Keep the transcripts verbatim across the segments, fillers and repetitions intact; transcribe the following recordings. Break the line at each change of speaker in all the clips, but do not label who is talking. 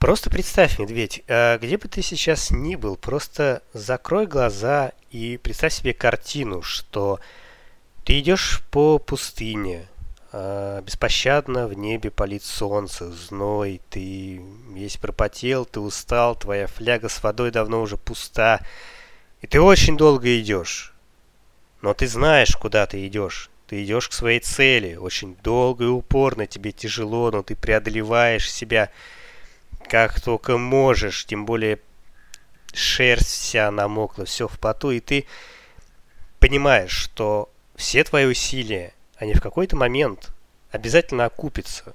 Просто представь, медведь, а, где бы ты сейчас ни был, просто закрой глаза и представь себе картину, что ты идешь по пустыне, а, беспощадно в небе палит солнце, зной, ты весь пропотел, ты устал, твоя фляга с водой давно уже пуста, и ты очень долго идешь. Но ты знаешь, куда ты идешь. Ты идешь к своей цели, очень долго и упорно, тебе тяжело, но ты преодолеваешь себя как только можешь, тем более шерсть вся намокла, все в поту, и ты понимаешь, что все твои усилия, они в какой-то момент обязательно окупятся.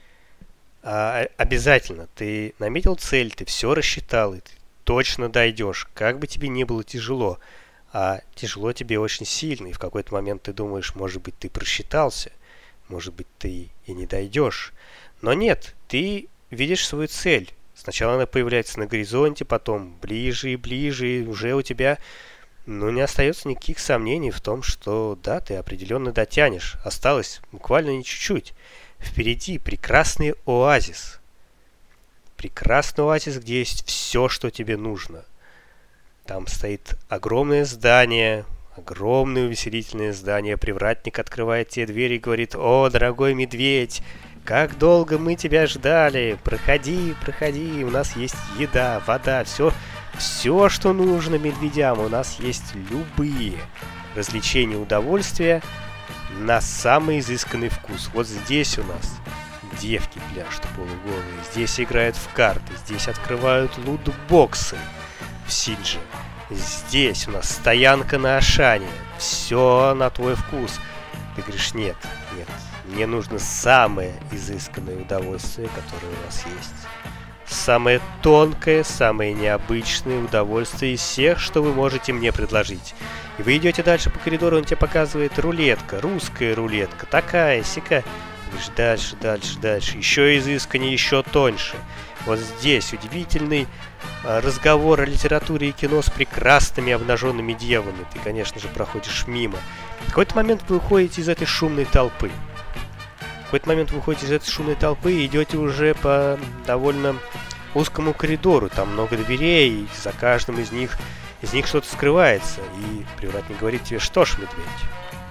А, обязательно. Ты наметил цель, ты все рассчитал, и ты точно дойдешь, как бы тебе ни было тяжело. А тяжело тебе очень сильно, и в какой-то момент ты думаешь, может быть, ты просчитался, может быть, ты и не дойдешь. Но нет, ты видишь свою цель. Сначала она появляется на горизонте, потом ближе и ближе, и уже у тебя, ну, не остается никаких сомнений в том, что да, ты определенно дотянешь. Осталось буквально не чуть-чуть. Впереди прекрасный оазис. Прекрасный оазис, где есть все, что тебе нужно. Там стоит огромное здание, огромное увеселительное здание. Привратник открывает те двери и говорит: «О, дорогой медведь, как долго мы тебя ждали! Проходи, проходи, у нас есть еда, вода, все, все, что нужно медведям. У нас есть любые развлечения, удовольствия на самый изысканный вкус. Вот здесь у нас девки пляшут полуголые, здесь играют в карты, здесь открывают лутбоксы в Сидже. Здесь у нас стоянка на Ашане. Все на твой вкус». Ты говоришь: нет, нет, мне нужно самое изысканное удовольствие, которое у вас есть. Самое тонкое, самое необычное удовольствие из всех, что вы можете мне предложить. И вы идете дальше по коридору, он тебе показывает: рулетка, русская рулетка, такая, сякая. Ты говоришь: дальше, дальше, дальше, еще изысканнее, еще тоньше. Вот здесь удивительный разговор о литературе и кино с прекрасными обнаженными девами. Ты, конечно же, проходишь мимо. В какой-то момент вы уходите из этой шумной толпы. В какой-то момент вы уходите из этой шумной толпы и идете уже по довольно узкому коридору. Там много дверей, и за каждым из них из них что-то скрывается. И привратник говорит тебе: что ж, медведь,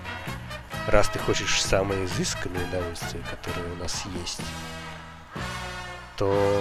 раз ты хочешь самое изысканное удовольствие, которое у нас есть, то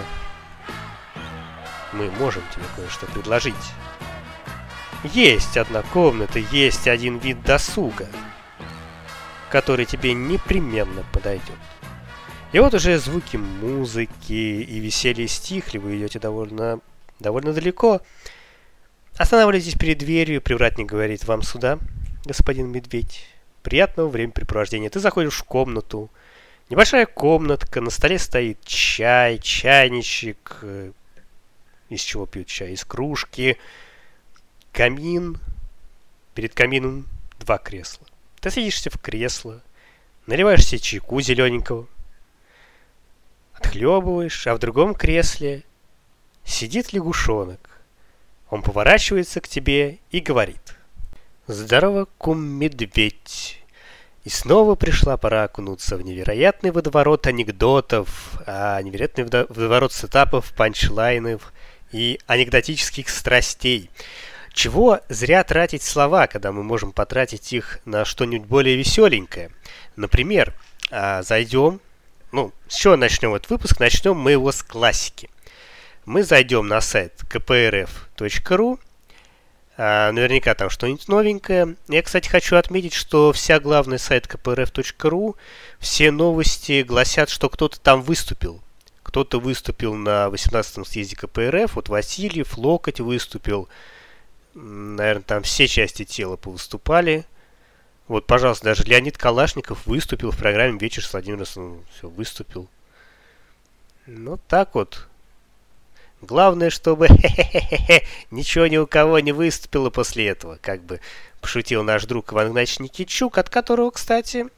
мы можем тебе кое-что предложить. Есть одна комната, есть один вид досуга, который тебе непременно подойдет. И вот уже звуки музыки и веселье стихли, вы идете довольно, довольно далеко. Останавливаетесь перед дверью, привратник говорит: вам сюда, господин медведь. Приятного времяпрепровождения. Ты заходишь в комнату. Небольшая комнатка, на столе стоит чай, чайничек, из чего пьют чай, из кружки, камин, перед камином два кресла. Ты садишься в кресло, наливаешь себе чайку зелененького, отхлебываешь, а в другом кресле сидит лягушонок. Он поворачивается к тебе и говорит: «Здорово, кум-медведь! И снова пришла пора окунуться в невероятный водоворот анекдотов, а невероятный водоворот сетапов, панчлайнов и анекдотических страстей. Чего зря тратить слова, когда мы можем потратить их на что-нибудь более веселенькое? Например, зайдем, ну, с чего начнем этот выпуск? Начнем мы его с классики. Мы зайдем на сайт ка пэ эр эф точка ру. А, наверняка там что-нибудь новенькое. Я, кстати, хочу отметить, что вся главный сайт ка пэ эр эф точка ру, все новости гласят, что кто-то там выступил. Кто-то выступил на восемнадцатом съезде ка пэ эр эф. Вот Васильев, Локоть выступил. Наверное, там все части тела повыступали. Вот, пожалуйста, даже Леонид Калашников выступил в программе «Вечер с Владимиром». Все, выступил. Ну, так вот. Главное, чтобы ничего ни у кого не выступило после этого, как бы пошутил наш друг Иван Игнатьевич Никитчук, от которого, кстати...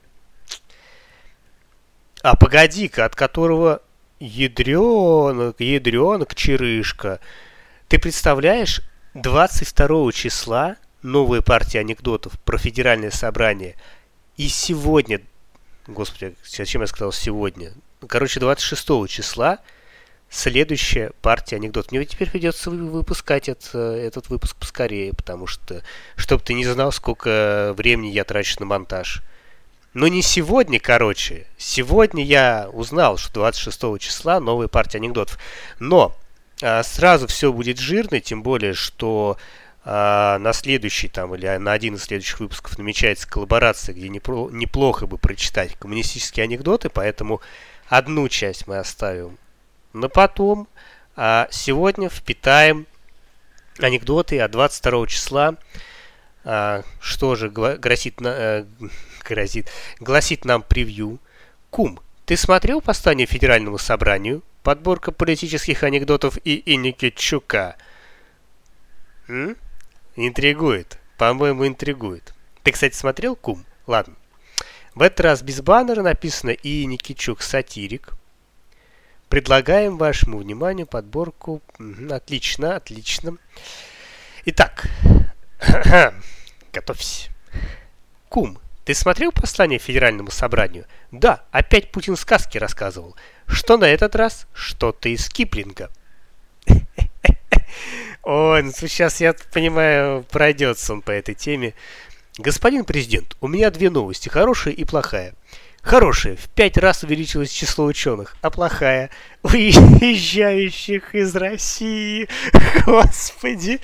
А, погоди-ка, от которого ядренок, ядренок, черышка. Ты представляешь, двадцать второго числа новая партия анекдотов про федеральное собрание. И сегодня... Господи, зачем я сказал сегодня? Короче, двадцать шестого числа следующая партия анекдотов. Мне теперь придется выпускать это, этот выпуск поскорее, потому что, чтобы ты не знал, сколько времени я трачу на монтаж. Но не сегодня, короче. Сегодня я узнал, что двадцать шестого числа новая партия анекдотов. Но а, сразу все будет жирно, тем более, что а, на следующий там или на один из следующих выпусков намечается коллаборация, где непро- неплохо бы прочитать коммунистические анекдоты, поэтому одну часть мы оставим на потом. А сегодня впитаем анекдоты от двадцать второго числа. А, что же грозит, на, грозит, гласит нам превью. Кум, ты смотрел послание Федеральному собранию? Подборка политических анекдотов и Никитчука. М? Интригует. По-моему, интригует. Ты, кстати, смотрел, кум? Ладно. В этот раз без баннера написано и Никитчук сатирик. Предлагаем вашему вниманию подборку. Отлично, отлично. Итак, готовься. Кум, ты смотрел послание Федеральному собранию? Да, опять Путин сказки рассказывал. Что на этот раз? Что-то из Киплинга. Ой, ну сейчас, я понимаю, пройдется он по этой теме. Господин президент, у меня две новости, хорошая и плохая. Хорошая, в пять раз увеличилось число ученых, а плохая, уезжающих из России. Господи.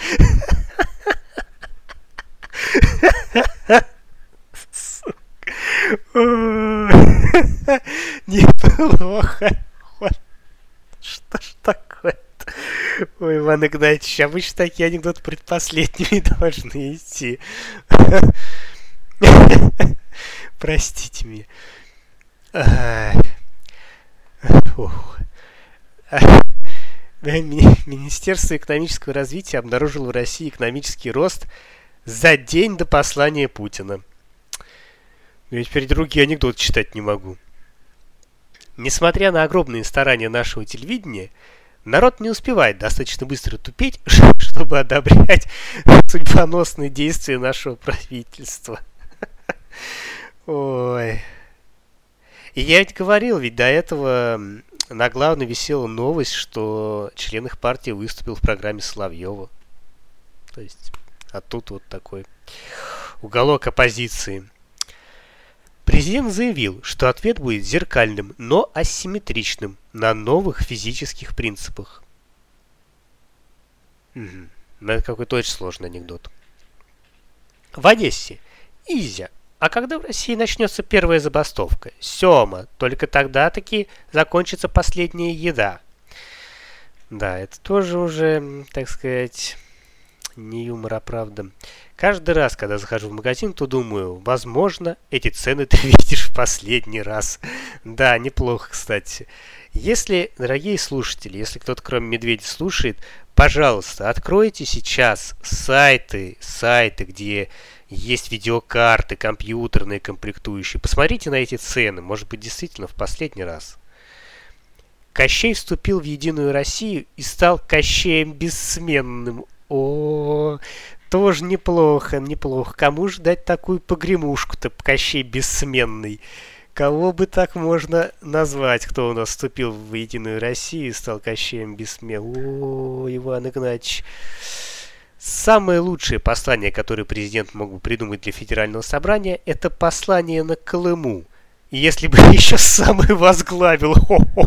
Неплохо. Что ж такое-то? Ой, Иван Игнатьевич, обычно такие анекдоты предпоследними должны идти. Простите меня. Министерство экономического развития обнаружило в России экономический рост за день до послания Путина. Я теперь другие анекдоты читать не могу. Несмотря на огромные старания нашего телевидения, народ не успевает достаточно быстро тупеть, чтобы одобрять судьбоносные действия нашего правительства. Ой. И я ведь говорил, ведь до этого на главной висела новость, что член их партии выступил в программе Соловьева. То есть, а тут вот такой уголок оппозиции. Президент заявил, что ответ будет зеркальным, но асимметричным, на новых физических принципах. Угу. Ну, это какой-то очень сложный анекдот. В Одессе. Изя. А когда в России начнется первая забастовка? Сема. Только тогда-таки закончится последняя еда. Да, это тоже уже, так сказать, не юмор, а правда. Каждый раз, когда захожу в магазин, то думаю, возможно, эти цены ты видишь в последний раз. Да, неплохо, кстати. Если, дорогие слушатели, если кто-то кроме Медведя слушает, пожалуйста, откройте сейчас сайты, сайты, где есть видеокарты, компьютерные комплектующие. Посмотрите на эти цены, может быть, действительно в последний раз. Кощей вступил в Единую Россию и стал Кощеем Бессменным. О, тоже неплохо, неплохо. Кому же дать такую погремушку-то, Кощей Бессменный? Кого бы так можно назвать, кто у нас вступил в Единую Россию и стал Кощеем Бессменным? О, Иван Игнатьевич. Самое лучшее послание, которое президент мог бы придумать для Федерального собрания, это послание на Колыму. И если бы еще сам и возглавил.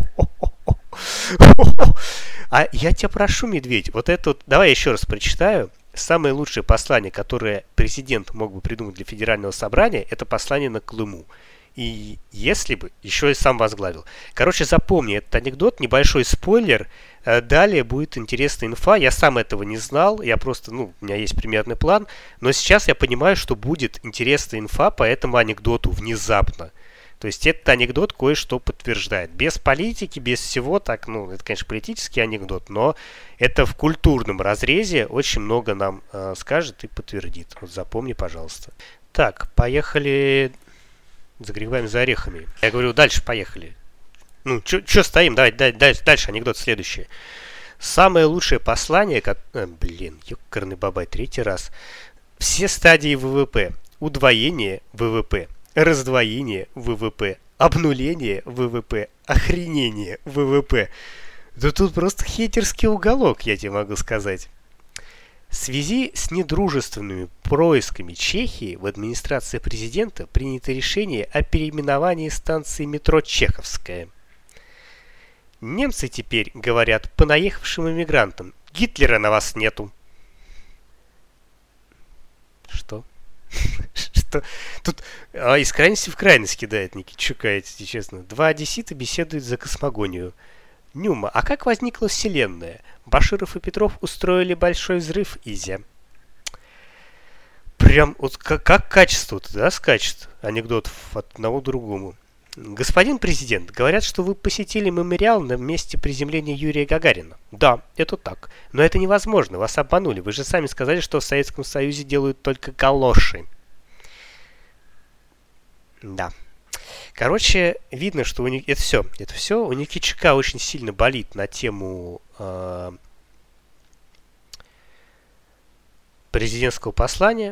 А я тебя прошу, Медведь, вот это вот, давай еще раз прочитаю. Самое лучшее послание, которое президент мог бы придумать для Федерального собрания, это послание на Колыму. И если бы еще и сам возглавил. Короче, запомни этот анекдот, небольшой спойлер. Далее будет интересная инфа. Я сам этого не знал. Я просто, ну, у меня есть примерный план. Но сейчас я понимаю, что будет интересная инфа по этому анекдоту внезапно. То есть этот анекдот кое-что подтверждает. Без политики, без всего, так, ну, это, конечно, политический анекдот, но это в культурном разрезе очень много нам э, скажет и подтвердит. Вот запомни, пожалуйста. Так, поехали. Загребаем за орехами. Я говорю, дальше поехали. Ну, что стоим? Давай, дальше, дальше анекдот следующий. Самое лучшее послание, как... А, блин, ёкарный бабай, третий раз. Все стадии ВВП. Удвоение ВВП. Раздвоение ВВП. Обнуление ВВП. Охренение ВВП. Да тут просто хейтерский уголок, я тебе могу сказать. В связи с недружественными происками Чехии в администрации президента принято решение о переименовании станции метро Чеховская. Немцы теперь говорят понаехавшим иммигрантам: Гитлера на вас нету. Что? Что? Тут а, из крайности в крайность кидает Никитчука, если честно. Два одессита беседуют за космогонию. Нюма, а как возникла Вселенная? Баширов и Петров устроили большой взрыв, Изя. Прям вот как, как качество-то, да, скачет анекдотов от одного к другому. Господин президент, говорят, что вы посетили мемориал на месте приземления Юрия Гагарина. Да, это так. Но это невозможно, вас обманули. Вы же сами сказали, что в Советском Союзе делают только галоши. Да. Короче, видно, что у них это все, это все у Никитчука очень сильно болит на тему э, президентского послания,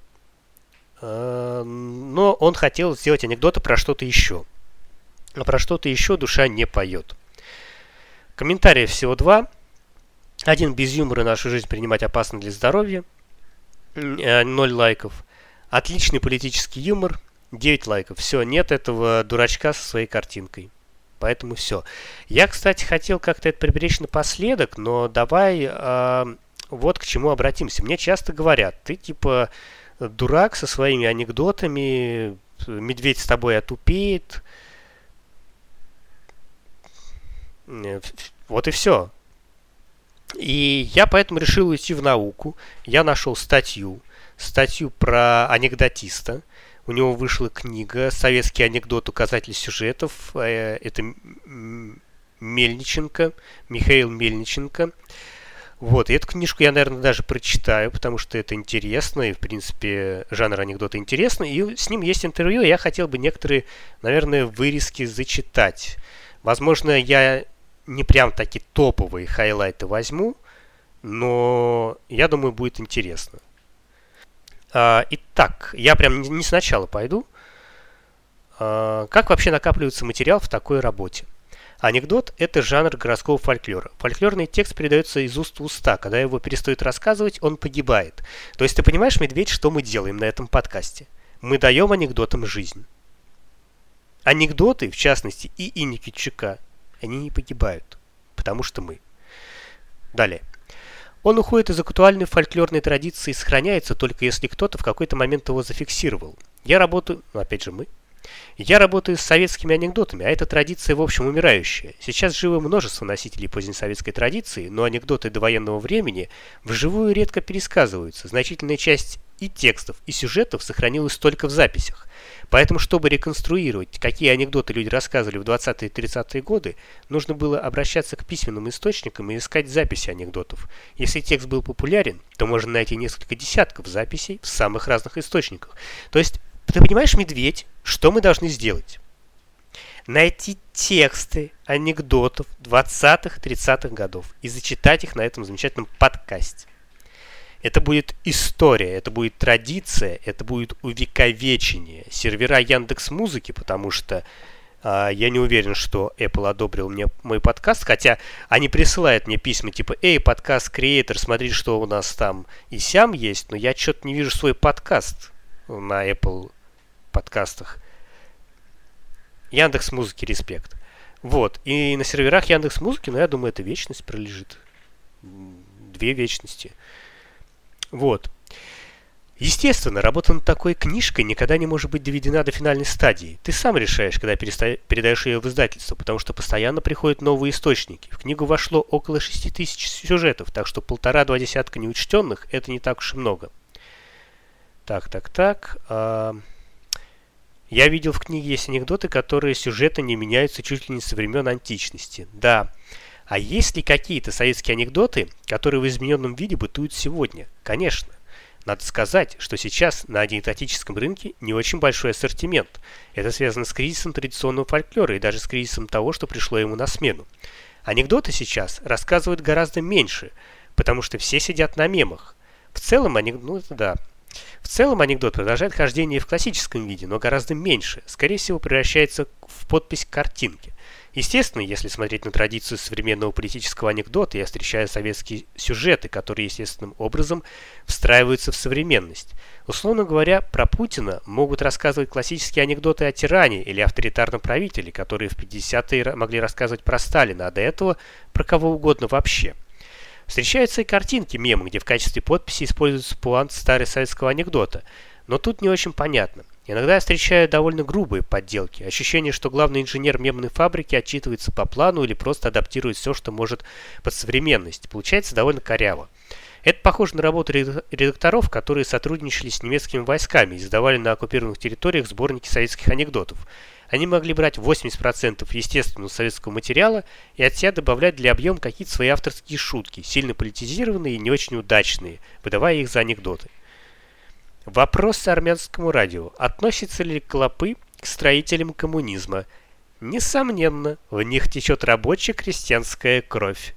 э, но он хотел сделать анекдоты про что-то еще, а про что-то еще душа не поет. Комментариев всего два. Один: без юмора нашу жизнь принимать опасно для здоровья. Ноль лайков. Отличный политический юмор. девять лайков. Все, нет этого дурачка со своей картинкой. Поэтому все. Я, кстати, хотел как-то это приберечь напоследок, но давай э, вот к чему обратимся. Мне часто говорят: ты типа дурак со своими анекдотами, медведь с тобой отупеет. Вот и все. И я поэтому решил уйти в науку. Я нашел статью. Статью про анекдотиста. У него вышла книга «Советский анекдот. Указатель сюжетов». Это Мельниченко, Михаил Мельниченко. Вот, и эту книжку я, наверное, даже прочитаю, потому что это интересно, и, в принципе, жанр анекдота интересный. И с ним есть интервью, и я хотел бы некоторые, наверное, вырезки зачитать. Возможно, я не прям такие топовые хайлайты возьму, но я думаю, будет интересно. Итак, я прям не сначала пойду. Как вообще накапливается материал в такой работе? Анекдот – это жанр городского фольклора. Фольклорный текст передается из уст в уста. Когда его перестают рассказывать, он погибает. То есть ты понимаешь, медведь, что мы делаем на этом подкасте? Мы даем анекдотам жизнь. Анекдоты, в частности, и и Никитчука, они не погибают, потому что мы. Далее. Он уходит из актуальной фольклорной традиции и сохраняется только если кто-то в какой-то момент его зафиксировал. Я работаю, ну опять же мы, я работаю с советскими анекдотами, а эта традиция в общем умирающая. Сейчас живо множество носителей позднесоветской традиции, но анекдоты довоенного времени вживую редко пересказываются. Значительная часть и текстов, и сюжетов сохранилась только в записях. Поэтому, чтобы реконструировать, какие анекдоты люди рассказывали в двадцатые-тридцатые годы, нужно было обращаться к письменным источникам и искать записи анекдотов. Если текст был популярен, то можно найти несколько десятков записей в самых разных источниках. То есть, ты понимаешь, медведь, что мы должны сделать? Найти тексты анекдотов двадцатых-тридцатых годов и зачитать их на этом замечательном подкасте. Это будет история, это будет традиция, это будет увековечение. Сервера Яндекс.Музыки, потому что э, я не уверен, что Apple одобрил мне мой подкаст, хотя они присылают мне письма типа: «Эй, подкаст-креатор, смотри, что у нас там и сям есть», но я что-то не вижу свой подкаст на Apple подкастах. Яндекс.Музыки, респект. Вот, и на серверах Яндекс.Музыки, ну, я думаю, это вечность пролежит. Две вечности. Вот. Естественно, работа над такой книжкой никогда не может быть доведена до финальной стадии. Ты сам решаешь, когда переста... передаешь ее в издательство, потому что постоянно приходят новые источники. В книгу вошло около шести тысяч сюжетов, так что полтора-два десятка неучтенных – это не так уж и много. Так, так, так. А... Я видел в книге есть анекдоты, которые сюжеты не меняются чуть ли не со времен античности. Да. А есть ли какие-то советские анекдоты, которые в измененном виде бытуют сегодня? Конечно. Надо сказать, что сейчас на анекдотическом рынке не очень большой ассортимент. Это связано с кризисом традиционного фольклора и даже с кризисом того, что пришло ему на смену. Анекдоты сейчас рассказывают гораздо меньше, потому что все сидят на мемах. В целом, анек... ну, это да. В целом анекдот продолжает хождение в классическом виде, но гораздо меньше. Скорее всего, превращается в подпись к картинке. Естественно, если смотреть на традицию современного политического анекдота, я встречаю советские сюжеты, которые естественным образом встраиваются в современность. Условно говоря, про Путина могут рассказывать классические анекдоты о тиране или авторитарном правителе, которые в пятидесятые могли рассказывать про Сталина, а до этого про кого угодно вообще. Встречаются и картинки, мемы, где в качестве подписи используется пуант старого советского анекдота, но тут не очень понятно. Иногда я встречаю довольно грубые подделки. Ощущение, что главный инженер мемной фабрики отчитывается по плану или просто адаптирует все, что может под современность. Получается довольно коряво. Это похоже на работу редакторов, которые сотрудничали с немецкими войсками и издавали на оккупированных территориях сборники советских анекдотов. Они могли брать восемьдесят процентов естественного советского материала и от себя добавлять для объема какие-то свои авторские шутки, сильно политизированные и не очень удачные, выдавая их за анекдоты. Вопрос армянскому радио. Относятся ли клопы к строителям коммунизма? Несомненно, в них течет рабочая крестьянская кровь.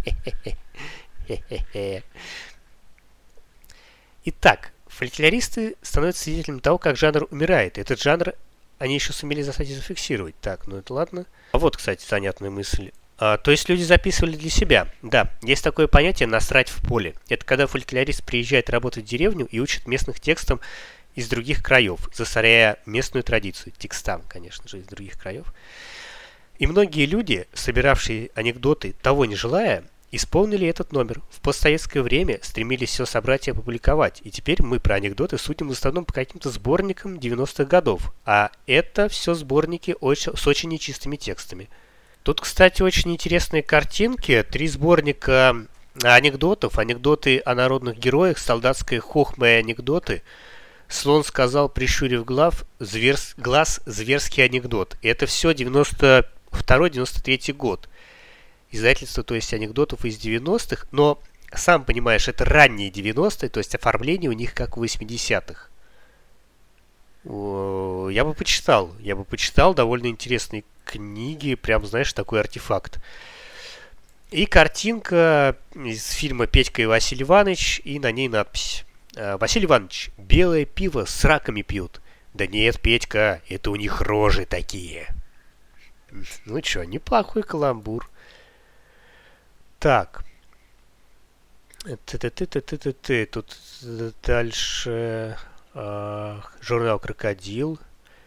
Итак, фольклористы становятся свидетелями того, как жанр умирает. Этот жанр они еще сумели застать и зафиксировать. Так, ну это ладно. А вот, кстати, занятная мысль. А, то есть люди записывали для себя. Да, есть такое понятие «насрать в поле». Это когда фольклорист приезжает работать в деревню и учит местных текстам из других краев, засоряя местную традицию. Текстам, конечно же, из других краев. И многие люди, собиравшие анекдоты, того не желая, исполнили этот номер. В постсоветское время стремились все собрать и опубликовать. И теперь мы про анекдоты судим в основном по каким-то сборникам девяностых годов. А это все сборники с очень нечистыми текстами. Тут, кстати, очень интересные картинки. Три сборника анекдотов. Анекдоты о народных героях, солдатская хохма и анекдоты. Слон сказал, прищурив глав, зверс... глаз, зверский анекдот. И это все девяносто второй девяносто третий год. Издательство, то есть анекдотов из девяностых. Но, сам понимаешь, это ранние девяностые, то есть оформление у них как в восьмидесятых. Я бы почитал. Я бы почитал довольно интересные книги. Прям, знаешь, такой артефакт. И картинка из фильма «Петька и Василий Иванович», и на ней надпись. Василий Иванович, белое пиво с раками пьют. Да нет, Петька, это у них рожи такие. Ну чё, неплохой каламбур. Так. Ты-ты-ты-ты-ты-ты. Тут дальше э, журнал «Крокодил».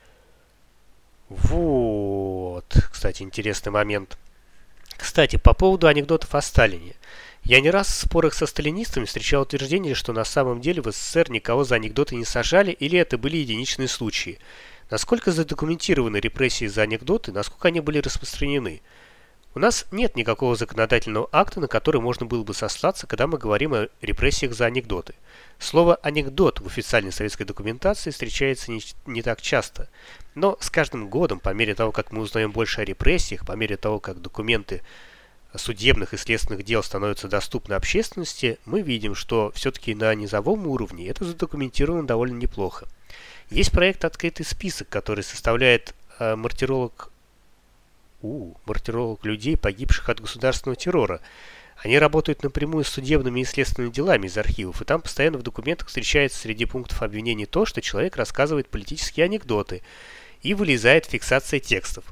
Вот. Кстати, интересный момент. Кстати, по поводу анекдотов о Сталине. Я не раз в спорах со сталинистами встречал утверждение, что на самом деле в СССР никого за анекдоты не сажали или это были единичные случаи. Насколько задокументированы репрессии за анекдоты, насколько они были распространены? У нас нет никакого законодательного акта, на который можно было бы сослаться, когда мы говорим о репрессиях за анекдоты. Слово «анекдот» в официальной советской документации встречается не, не так часто. Но с каждым годом, по мере того, как мы узнаем больше о репрессиях, по мере того, как документы судебных и следственных дел становятся доступны общественности, мы видим, что все-таки на низовом уровне это задокументировано довольно неплохо. Есть проект «Открытый список», который составляет э, мартиролог У, мартиролог людей, погибших от государственного террора. Они работают напрямую с судебными и следственными делами из архивов, и там постоянно в документах встречается среди пунктов обвинений то, что человек рассказывает политические анекдоты, и вылезает фиксация текстов.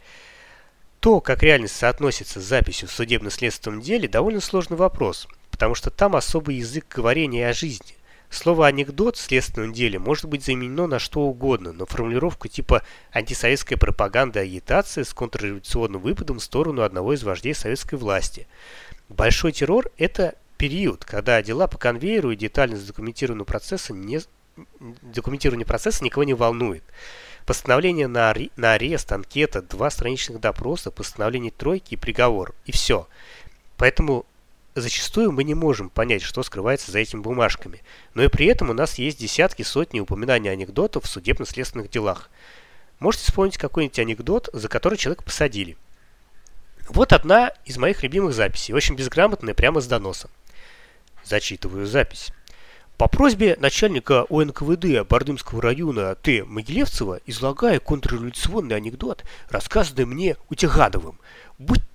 То, как реальность соотносится с записью в судебно-следственном деле, довольно сложный вопрос, потому что там особый язык говорения о жизни. Слово «анекдот» в следственном деле может быть заменено на что угодно, но формулировку типа «антисоветская пропаганда и агитация с контрреволюционным выпадом в сторону одного из вождей советской власти». Большой террор – это период, когда дела по конвейеру и детально задокументированного процесса не, документирование процесса никого не волнует. Постановление на, аре, на арест, анкета, два страничных допроса, постановление тройки и приговор. И все. Поэтому зачастую мы не можем понять, что скрывается за этими бумажками. Но и при этом у нас есть десятки, сотни упоминаний анекдотов в судебно-следственных делах. Можете вспомнить какой-нибудь анекдот, за который человека посадили. Вот одна из моих любимых записей, очень безграмотная, прямо с доноса. Зачитываю запись. По просьбе начальника О Н К В Д Бардымского района Т. Могилевцева, излагая контрреволюционный анекдот, рассказанный мне Утягадовым, будь то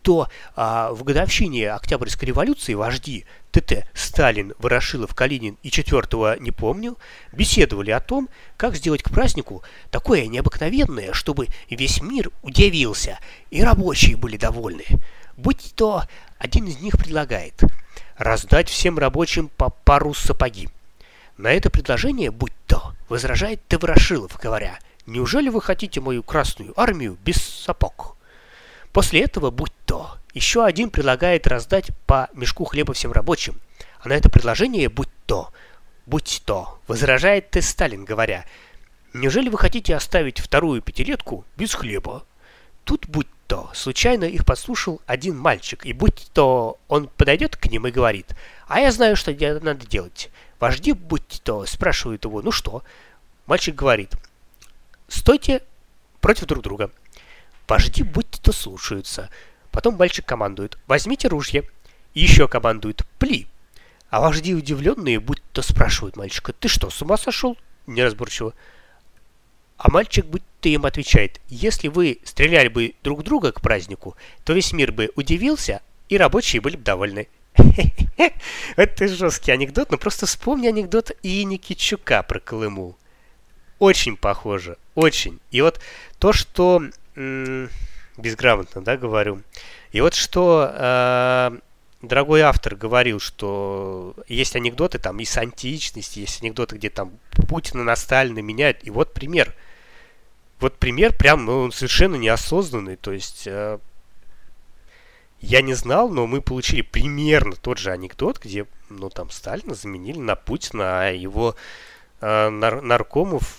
то а, в годовщине Октябрьской революции вожди ТТ Сталин, Ворошилов, Калинин и четвертого не помню, беседовали о том, как сделать к празднику такое необыкновенное, чтобы весь мир удивился и рабочие были довольны. Будь то один из них предлагает раздать всем рабочим по пару сапоги. На это предложение, будь то, возражает Т. Ворошилов, говоря: «Неужели вы хотите мою Красную Армию без сапог?» После этого, будь то, еще один предлагает раздать по мешку хлеба всем рабочим. А на это предложение, будь то, будь то, возражает Т. Сталин, говоря: «Неужели вы хотите оставить вторую пятилетку без хлеба?» Тут, будь то, случайно их подслушал один мальчик, и будь то он подойдет к ним и говорит: «А я знаю, что надо делать». Вожди, будь то, спрашивают его: «Ну что?» Мальчик говорит: «Стойте против друг друга». Вожди, будь то, слушаются. Потом мальчик командует: «Возьмите ружья». И еще командует: «Пли». А вожди, удивленные, будь то, спрашивают мальчика: «Ты что, с ума сошел?» Неразборчиво. А мальчик, будь то, им отвечает: «Если вы стреляли бы друг друга к празднику, то весь мир бы удивился, и рабочие были бы довольны». Это жесткий анекдот, но просто вспомни анекдот и Никитчука про Колыму. Очень похоже, очень. И вот то, что... М- безграмотно, да, говорю. И вот что э- дорогой автор говорил, что есть анекдоты там и с античности, есть анекдоты, где там Путина на Сталина меняют. И вот пример. Вот пример прям, ну, он совершенно неосознанный. То есть... Э- Я не знал, но мы получили примерно тот же анекдот, где, ну, там Сталина заменили на Путина, а его э, нар- наркомов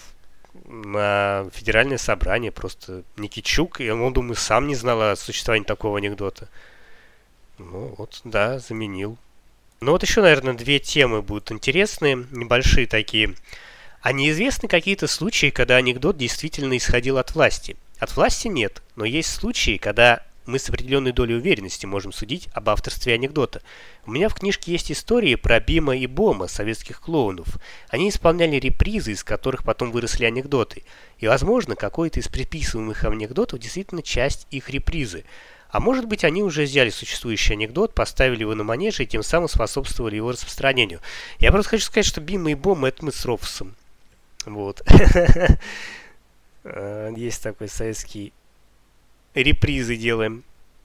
на федеральное собрание просто Никитчук, и он, думаю, сам не знал о существовании такого анекдота. Ну, вот, да, заменил. Ну, вот еще, наверное, две темы будут интересные, небольшие такие. А неизвестны какие-то случаи, когда анекдот действительно исходил от власти? От власти нет, но есть случаи, когда... мы с определенной долей уверенности можем судить об авторстве анекдота. У меня в книжке есть истории про Бима и Бома, советских клоунов. Они исполняли репризы, из которых потом выросли анекдоты. И, возможно, какой-то из приписываемых анекдотов действительно часть их репризы. А может быть, они уже взяли существующий анекдот, поставили его на манеж и тем самым способствовали его распространению. Я просто хочу сказать, что Бима и Бома — это мы с Рофусом. Вот. Есть такой советский... репризы делаем.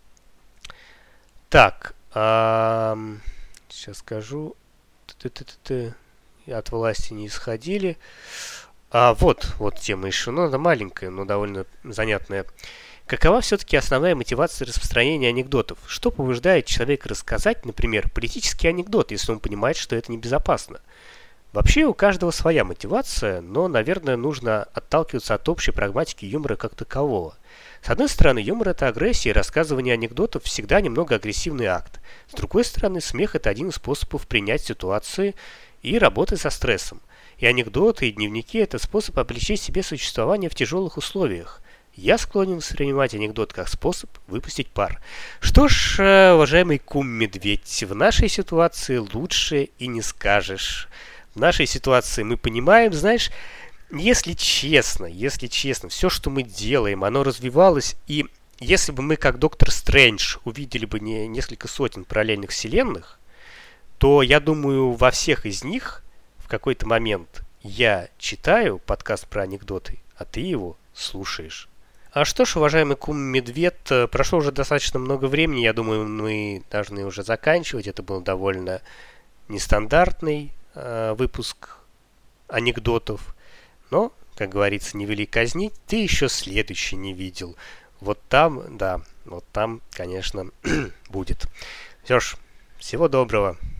Так, эм, сейчас скажу. Т-т-т-т-т. От власти не исходили. А, вот, вот тема еще. Ну, она маленькая, но довольно занятная. Какова все-таки основная мотивация распространения анекдотов? Что побуждает человека рассказать, например, политический анекдот, если он понимает, что это небезопасно? Вообще у каждого своя мотивация, но, наверное, нужно отталкиваться от общей прагматики юмора как такового. С одной стороны, юмор — это агрессия, и рассказывание анекдотов всегда немного агрессивный акт. С другой стороны, смех — это один из способов принять ситуации и работать со стрессом. И анекдоты, и дневники — это способ облегчить себе существование в тяжелых условиях. Я склонен воспринимать анекдот как способ выпустить пар. Что ж, уважаемый кум-медведь, в нашей ситуации лучше и не скажешь. В нашей ситуации мы понимаем, знаешь, если честно, если честно, все, что мы делаем, оно развивалось, и если бы мы, как Доктор Стрэндж, увидели бы не несколько сотен параллельных вселенных, то, я думаю, во всех из них в какой-то момент я читаю подкаст про анекдоты, а ты его слушаешь. А что ж, уважаемый кум-медведь, прошло уже достаточно много времени, я думаю, мы должны уже заканчивать. Это был довольно нестандартный э, выпуск анекдотов. Но, как говорится, не вели казнить, ты еще следующий не видел. Вот там, да, вот там, конечно, будет. Все ж, всего доброго.